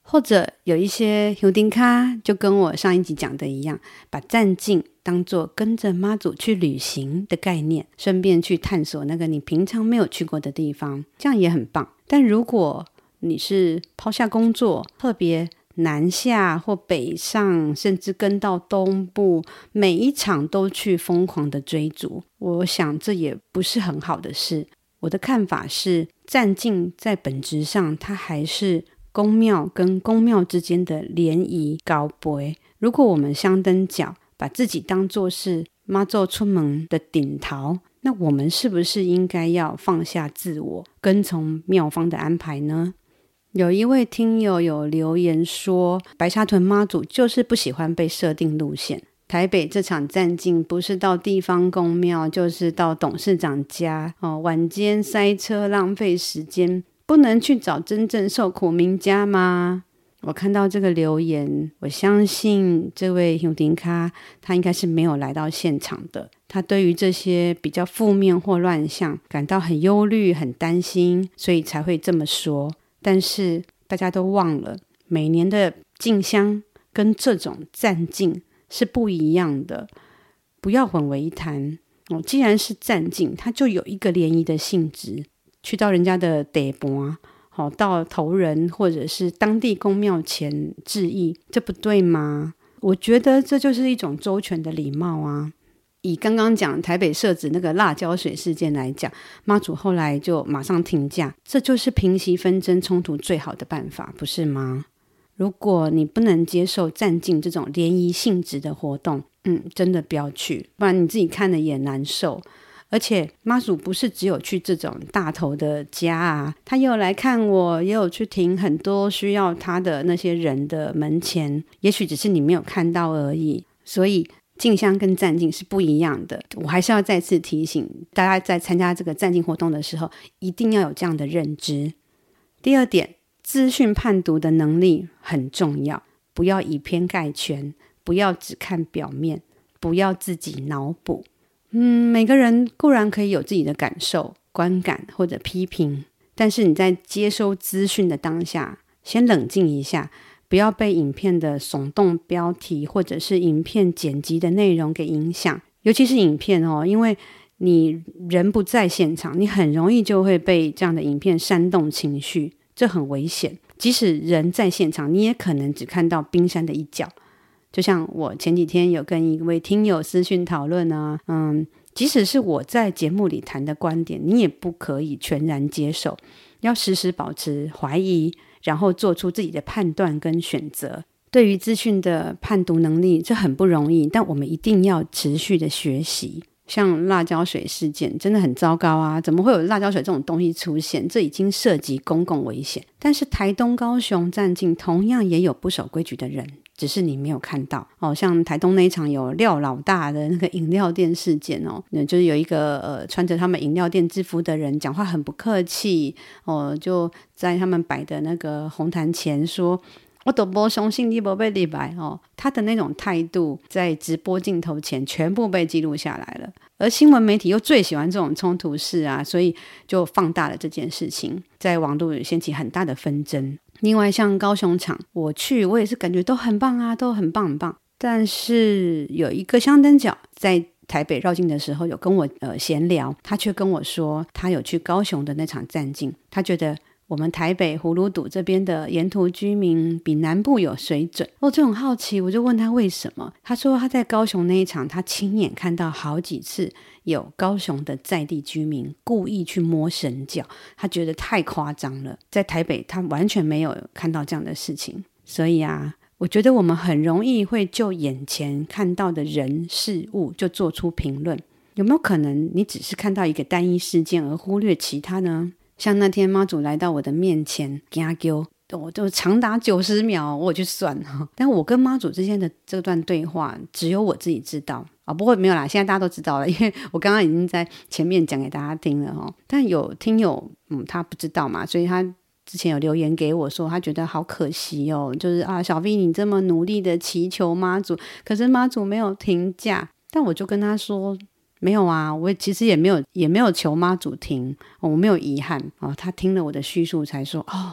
或者有一些乡丁卡就跟我上一集讲的一样，把站境当作跟着妈祖去旅行的概念，顺便去探索那个你平常没有去过的地方，这样也很棒。但如果你是抛下工作，特别南下或北上，甚至跟到东部，每一场都去疯狂的追逐，我想这也不是很好的事。我的看法是，站境在本质上它还是宫庙跟宫庙之间的联谊交陪。如果我们相登脚，把自己当作是妈祖出门的顶头，那我们是不是应该要放下自我，跟从庙方的安排呢？有一位听友有留言说，白沙屯妈祖就是不喜欢被设定路线，台北这场站境不是到地方公庙，就是到董事长家、哦、晚间塞车浪费时间，不能去找真正受苦民家吗？我看到这个留言，我相信这位乡丁卡他应该是没有来到现场的，他对于这些比较负面或乱象感到很忧虑很担心，所以才会这么说。但是大家都忘了，每年的进香跟这种站境是不一样的，不要混为一谈、哦、既然是站境，它就有一个联谊的性质，去到人家的地盘、哦、到头人或者是当地公庙前致意，这不对吗？我觉得这就是一种周全的礼貌啊。以刚刚讲台北设置那个辣椒水事件来讲，妈祖后来就马上停驾，这就是平息纷争冲突最好的办法，不是吗？如果你不能接受站境这种联谊性质的活动，嗯，真的不要去，不然你自己看了也难受。而且妈祖不是只有去这种大头的家啊，他也有来看我，也有去停很多需要他的那些人的门前，也许只是你没有看到而已。所以进香跟站境是不一样的，我还是要再次提醒大家，在参加这个站境活动的时候一定要有这样的认知。第二点，资讯判读的能力很重要，不要以偏概全，不要只看表面，不要自己脑补。嗯，每个人固然可以有自己的感受、观感或者批评，但是你在接收资讯的当下，先冷静一下，不要被影片的耸动标题或者是影片剪辑的内容给影响。尤其是影片哦，因为你人不在现场，你很容易就会被这样的影片煽动情绪，这很危险。即使人在现场，你也可能只看到冰山的一角。就像我前几天有跟一位听友私讯讨论啊，嗯，即使是我在节目里谈的观点，你也不可以全然接受，要时时保持怀疑，然后做出自己的判断跟选择。对于资讯的判读能力，这很不容易，但我们一定要持续的学习。像辣椒水事件真的很糟糕啊，怎么会有辣椒水这种东西出现？这已经涉及公共危险。但是台东高雄站境同样也有不守规矩的人，只是你没有看到哦。像台东那一场有廖老大的那个饮料店事件哦，就是有一个呃穿着他们饮料店制服的人讲话很不客气哦，就在他们摆的那个红毯前说，我都不相信你没被礼拜哦，他的那种态度在直播镜头前全部被记录下来了。而新闻媒体又最喜欢这种冲突事啊，所以就放大了这件事情，在网络掀起很大的纷争。另外像高雄场，我去我也是感觉都很棒啊，都很棒很棒。但是有一个香灯脚在台北绕境的时候有跟我呃闲聊，他却跟我说他有去高雄的那场站境，他觉得我们台北葫芦堵这边的沿途居民比南部有水准。我就很好奇，我就问他为什么。他说他在高雄那一场，他亲眼看到好几次有高雄的在地居民故意去摸神脚，他觉得太夸张了，在台北他完全没有看到这样的事情。所以啊，我觉得我们很容易会就眼前看到的人事物就做出评论。有没有可能你只是看到一个单一事件而忽略其他呢？像那天妈祖来到我的面前惊叫，我就长达九十秒，我去算，但我跟妈祖之间的这段对话只有我自己知道啊、哦，不过没有啦，现在大家都知道了，因为我刚刚已经在前面讲给大家听了哦。但有听友嗯，他不知道嘛，所以他之前有留言给我说他觉得好可惜哦，就是啊，小 V 你这么努力的祈求妈祖，可是妈祖没有停驾。但我就跟他说没有啊，我其实也没有也没有求妈祖停、哦、我没有遗憾、哦、他听了我的叙述才说哦，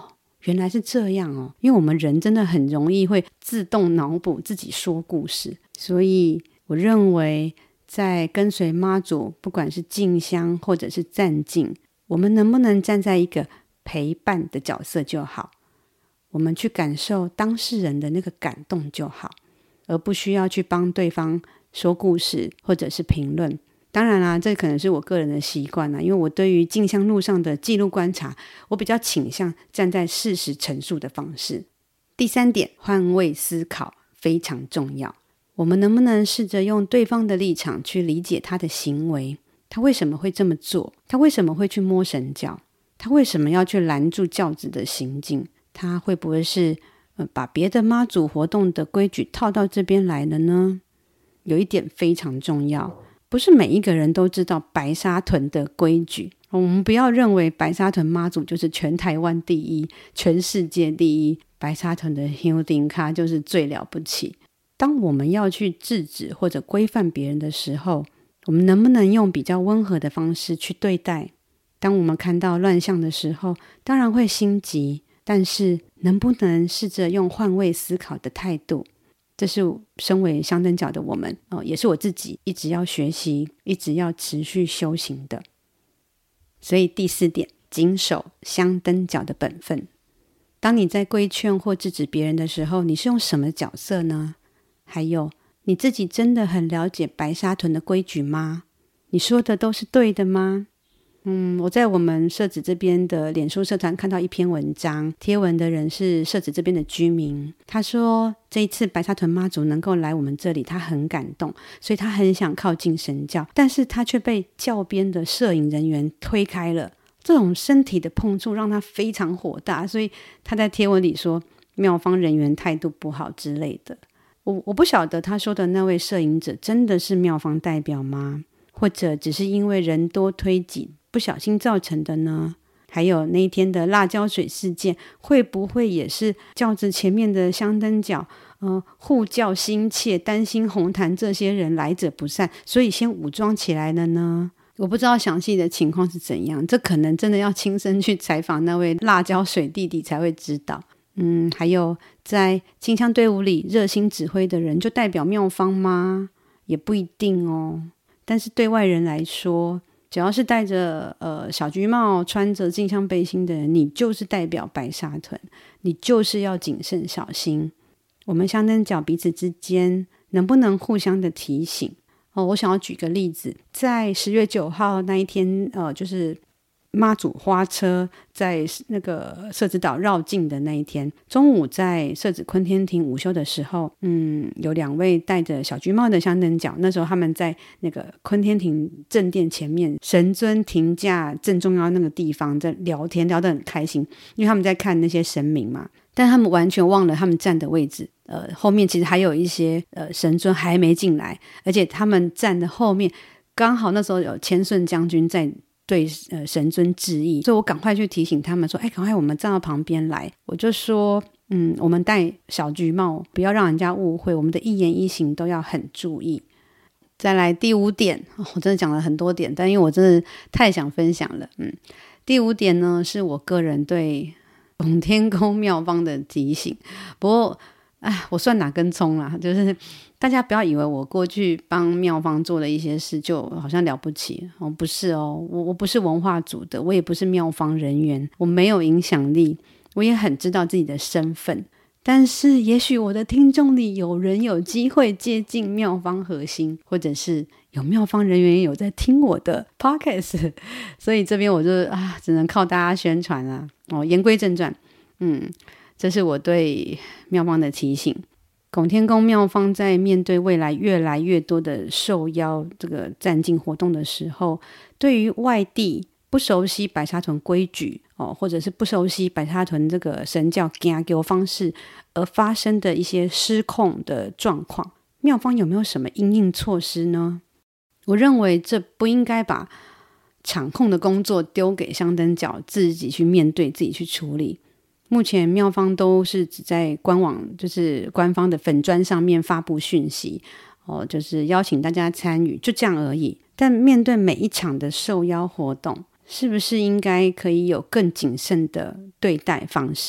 原来是这样哦，因为我们人真的很容易会自动脑补自己说故事，所以我认为在跟随妈祖，不管是进香或者是站境，我们能不能站在一个陪伴的角色就好，我们去感受当事人的那个感动就好，而不需要去帮对方说故事或者是评论。当然啦，这可能是我个人的习惯啦，因为我对于进香路上的记录观察，我比较倾向站在事实陈述的方式。第三点，换位思考非常重要。我们能不能试着用对方的立场去理解他的行为，他为什么会这么做，他为什么会去摸神教，他为什么要去拦住轿子的行进，他会不会是、呃、把别的妈祖活动的规矩套到这边来了呢？有一点非常重要，不是每一个人都知道白沙屯的规矩，我们不要认为白沙屯妈祖就是全台湾第一，全世界第一，白沙屯的香灯脚就是最了不起。当我们要去制止或者规范别人的时候，我们能不能用比较温和的方式去对待？当我们看到乱象的时候，当然会心急，但是能不能试着用换位思考的态度？这是身为香灯脚的我们、哦、也是我自己一直要学习，一直要持续修行的。所以第四点，谨守香灯脚的本分。当你在规劝或制止别人的时候，你是用什么角色呢？还有，你自己真的很了解白沙屯的规矩吗？你说的都是对的吗？嗯，我在我们社子这边的脸书社团看到一篇文章，贴文的人是社子这边的居民，他说这一次白沙屯妈祖能够来我们这里，他很感动，所以他很想靠近神教，但是他却被教边的摄影人员推开了，这种身体的碰触让他非常火大，所以他在贴文里说庙方人员态度不好之类的。我我不晓得他说的那位摄影者真的是庙方代表吗？或者只是因为人多推挤不小心造成的呢？还有那一天的辣椒水事件，会不会也是轿子前面的香灯脚呃，护教心切，担心红坛这些人来者不善，所以先武装起来了呢？我不知道详细的情况是怎样，这可能真的要亲身去采访那位辣椒水弟弟才会知道。嗯，还有在进香队伍里热心指挥的人就代表庙方吗？也不一定哦。但是对外人来说，只要是戴着呃小橘帽穿着进香背心的人，你就是代表白沙屯，你就是要谨慎小心。我们香灯脚彼此之间能不能互相的提醒哦？我想要举个例子，在十月九号那一天呃就是妈祖花车在那个社子岛绕境的那一天，中午在社子坤天庭午休的时候，嗯，有两位戴着小橘帽的香灯脚，那时候他们在那个坤天庭正殿前面神尊停驾正中央那个地方在聊天，聊得很开心，因为他们在看那些神明嘛，但他们完全忘了他们站的位置，呃，后面其实还有一些呃神尊还没进来，而且他们站的后面刚好那时候有千顺将军在对呃神尊致意，所以我赶快去提醒他们说，哎，赶快我们站到旁边来。我就说嗯，我们戴小橘帽不要让人家误会，我们的一言一行都要很注意。再来第五点、哦、我真的讲了很多点，但因为我真的太想分享了。嗯，第五点呢是我个人对拱天宫庙方的提醒，不过哎，我算哪根葱啦，就是大家不要以为我过去帮庙方做的一些事就好像了不起哦，不是哦，我我不是文化组的，我也不是庙方人员，我没有影响力，我也很知道自己的身份，但是也许我的听众里有人有机会接近庙方核心，或者是有庙方人员有在听我的 podcast， 所以这边我就啊，只能靠大家宣传啊。哦，言归正传，嗯。这是我对庙方的提醒。拱天宫庙方在面对未来越来越多的受邀这个站境活动的时候，对于外地不熟悉白沙屯规矩、哦、或者是不熟悉白沙屯这个神教行教方式而发生的一些失控的状况，庙方有没有什么因应措施呢？我认为这不应该把场控的工作丢给香灯脚自己去面对，自己去处理。目前庙方都是只在官网，就是官方的粉专上面发布讯息、哦、就是邀请大家参与，就这样而已。但面对每一场的受邀活动，是不是应该可以有更谨慎的对待方式？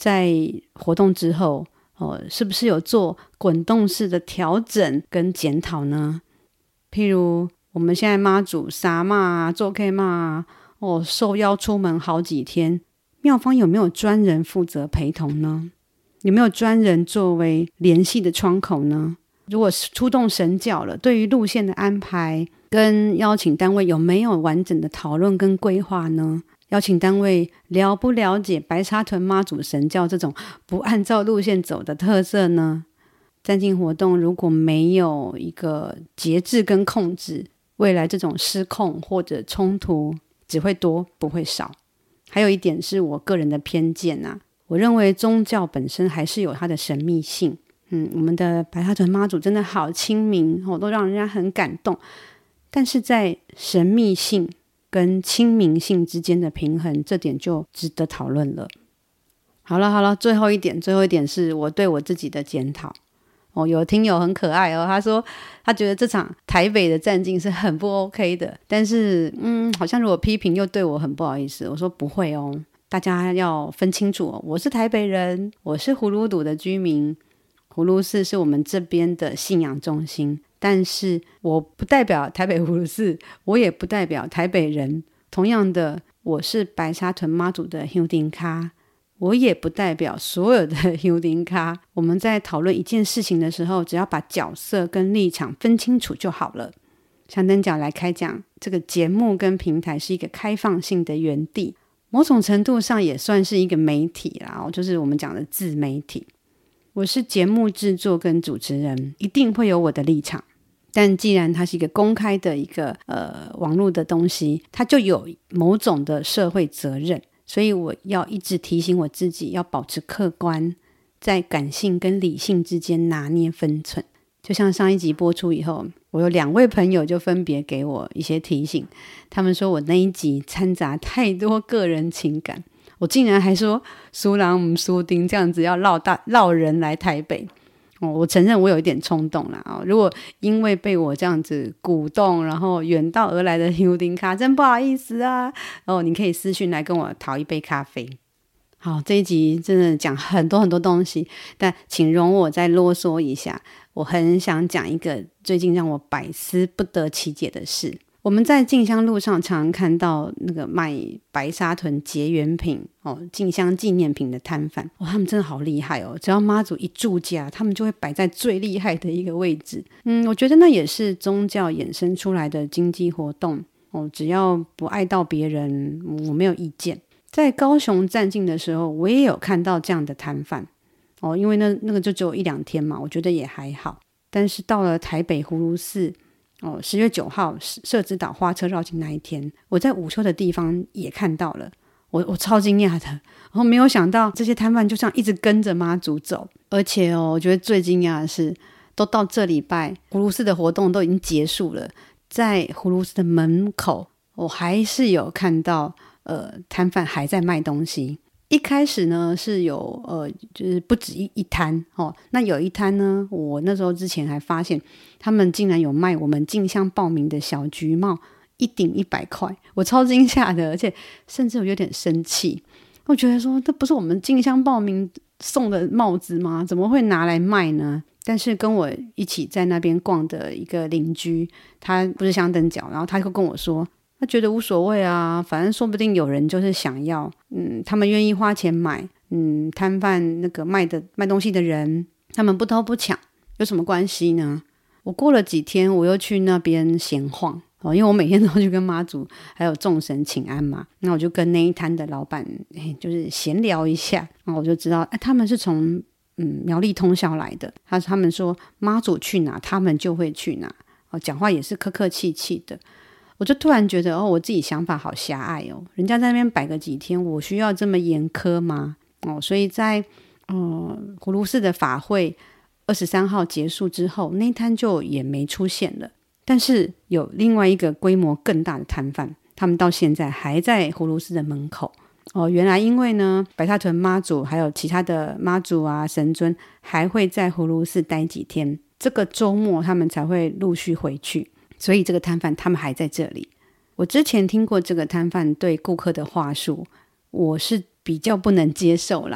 在活动之后哦，是不是有做滚动式的调整跟检讨呢？譬如我们现在妈祖撒嘛啊，做 K 嘛啊，哦，受邀出门好几天，庙方有没有专人负责陪同呢？有没有专人作为联系的窗口呢？如果出动神教了，对于路线的安排跟邀请单位有没有完整的讨论跟规划呢？邀请单位了不了解白沙屯妈祖神教这种不按照路线走的特色呢？站境活动如果没有一个节制跟控制，未来这种失控或者冲突只会多不会少。还有一点是我个人的偏见啊，我认为宗教本身还是有它的神秘性。嗯，我们的白沙屯妈祖真的好亲民哦，都让人家很感动。但是在神秘性跟亲民性之间的平衡，这点就值得讨论了。好了好了，最后一点，最后一点是我对我自己的检讨。哦，有听友很可爱哦，他说他觉得这场台北的战境是很不 OK 的，但是嗯，好像如果批评又对我很不好意思。我说不会哦，大家要分清楚哦，我是台北人，我是葫芦堵的居民，葫芦寺是我们这边的信仰中心，但是我不代表台北葫芦寺，我也不代表台北人。同样的，我是白沙屯妈祖的乡丁咖，我也不代表所有的乡丁咖。我们在讨论一件事情的时候，只要把角色跟立场分清楚就好了。香灯脚来开讲，这个节目跟平台是一个开放性的园地，某种程度上也算是一个媒体啦，就是我们讲的自媒体。我是节目制作跟主持人，一定会有我的立场，但既然它是一个公开的一个呃网络的东西，它就有某种的社会责任，所以我要一直提醒我自己要保持客观，在感性跟理性之间拿捏分寸。就像上一集播出以后，我有两位朋友就分别给我一些提醒，他们说我那一集掺杂太多个人情感，我竟然还说苏郎唔苏丁这样子要绕大绕人来台北。哦，我承认我有一点冲动啦，哦，如果因为被我这样子鼓动，然后远道而来的乡丁咖，真不好意思啊。哦，你可以私讯来跟我讨一杯咖啡。好，这一集真的讲很多很多东西，但请容我再啰嗦一下。我很想讲一个最近让我百思不得其解的事。我们在进香路上常常看到那个卖白沙屯结缘品哦，进香纪念品的摊贩哦，他们真的好厉害哦！只要妈祖一驻驾，他们就会摆在最厉害的一个位置。嗯，我觉得那也是宗教衍生出来的经济活动哦，只要不碍到别人，我没有意见。在高雄站境的时候，我也有看到这样的摊贩哦，因为那那个就只有一两天嘛，我觉得也还好。但是到了台北葫芦寺哦，十月九号社子岛花车绕境那一天，我在午休的地方也看到了，我我超惊讶的，然后没有想到这些摊贩就这样一直跟着妈祖走，而且哦，我觉得最惊讶的是，都到这礼拜葫芦寺的活动都已经结束了，在葫芦寺的门口，我还是有看到呃摊贩还在卖东西。一开始呢是有呃，就是不止一一摊哦，那有一摊呢，我那时候之前还发现他们竟然有卖我们进香报名的小橘帽，一顶一百块，我超惊吓的，而且甚至我有点生气，我觉得说这不是我们进香报名送的帽子吗？怎么会拿来卖呢？但是跟我一起在那边逛的一个邻居，他不是香灯脚，然后他就跟我说，他觉得无所谓啊，反正说不定有人就是想要，嗯，他们愿意花钱买，嗯，摊贩那个卖的卖东西的人，他们不偷不抢，有什么关系呢？我过了几天，我又去那边闲晃哦，因为我每天都去跟妈祖还有众神请安嘛，那我就跟那一摊的老板，哎，就是闲聊一下，然后我就知道，哎，他们是从嗯苗栗通宵来的，他他们说妈祖去哪，他们就会去哪，哦，讲话也是客客气气的。我就突然觉得哦，我自己想法好狭隘哦，人家在那边摆个几天，我需要这么严苛吗？哦，所以在呃葫芦寺的法会二十三号结束之后，那一摊就也没出现了。但是有另外一个规模更大的摊贩，他们到现在还在葫芦寺的门口。哦，原来因为呢，白沙屯妈祖还有其他的妈祖啊神尊还会在葫芦寺待几天，这个周末他们才会陆续回去。所以这个摊贩他们还在这里。我之前听过这个摊贩对顾客的话术，我是比较不能接受啦。譬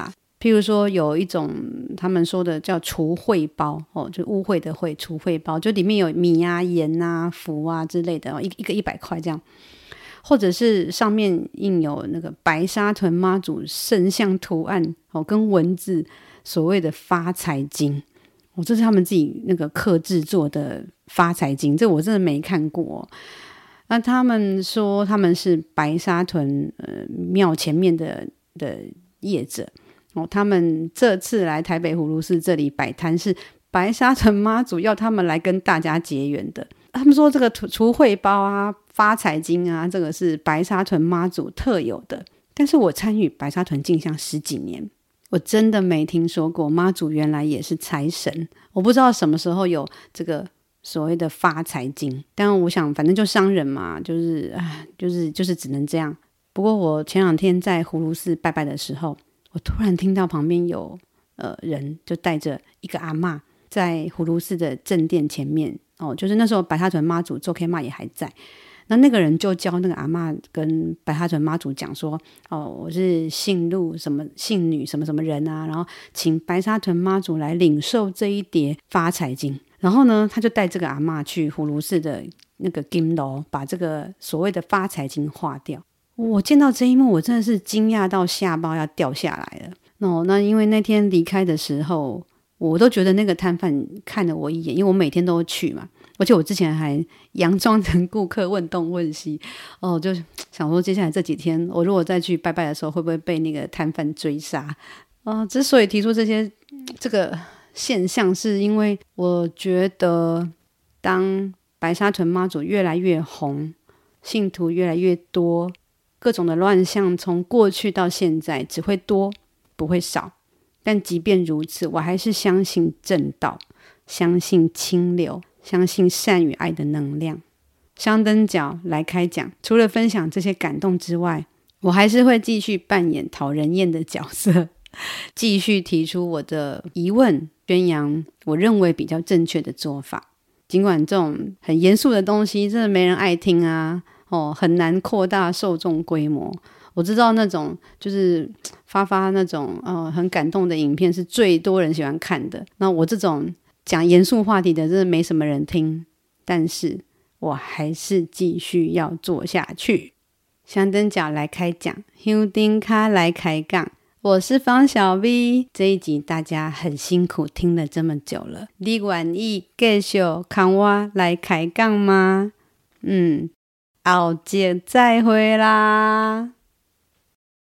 譬如说有一种他们说的叫除秽包哦，就污秽的秽，除秽包，就里面有米啊、盐啊、符啊之类的，一一个一百块这样，或者是上面印有那个白沙屯妈祖圣像图案哦，跟文字，所谓的发财金哦，这是他们自己那个刻制作的发财金，这我真的没看过哦。那他们说他们是白沙屯呃庙前面的的业者哦，他们这次来台北葫芦寺这里摆摊，是白沙屯妈祖要他们来跟大家结缘的。他们说这个除秽包啊、发财金啊，这个是白沙屯妈祖特有的。但是我参与白沙屯进香十几年，我真的没听说过妈祖原来也是财神。我不知道什么时候有这个所谓的发财金，但我想反正就商人嘛，就是啊，就是就是只能这样。不过我前两天在葫芦寺拜拜的时候，我突然听到旁边有呃人就带着一个阿嬷在葫芦寺的正殿前面哦，就是那时候白沙屯妈祖周 K 妈也还在，那那个人就教那个阿嬷跟白沙屯妈祖讲说，哦，我是姓陆什么姓女什么什么人啊，然后请白沙屯妈祖来领受这一叠发财金。然后呢，他就带这个阿嬷去葫芦寺的那个金楼，把这个所谓的发财金化掉。我见到这一幕，我真的是惊讶到下巴要掉下来了。哦，那因为那天离开的时候，我都觉得那个摊贩看了我一眼，因为我每天都去嘛，而且我之前还佯装成顾客问东问西，哦，就想说接下来这几天我如果再去拜拜的时候，会不会被那个摊贩追杀？呃，之所以提出这些这个现象，是因为我觉得当白沙屯妈祖越来越红，信徒越来越多，各种的乱象从过去到现在只会多不会少，但即便如此，我还是相信正道，相信清流，相信善与爱的能量。香灯脚来开讲，除了分享这些感动之外，我还是会继续扮演讨人厌的角色，继续提出我的疑问，宣扬我认为比较正确的做法。尽管这种很严肃的东西真的没人爱听啊，哦，很难扩大受众规模。我知道那种就是发发那种呃很感动的影片是最多人喜欢看的，那我这种讲严肃话题的真的没什么人听，但是我还是继续要做下去。香灯脚来开讲，香灯卡来开讲，我是方小 V。 这一集大家很辛苦听了这么久了，你愿意继续跟我来开讲吗？嗯，后集再会啦。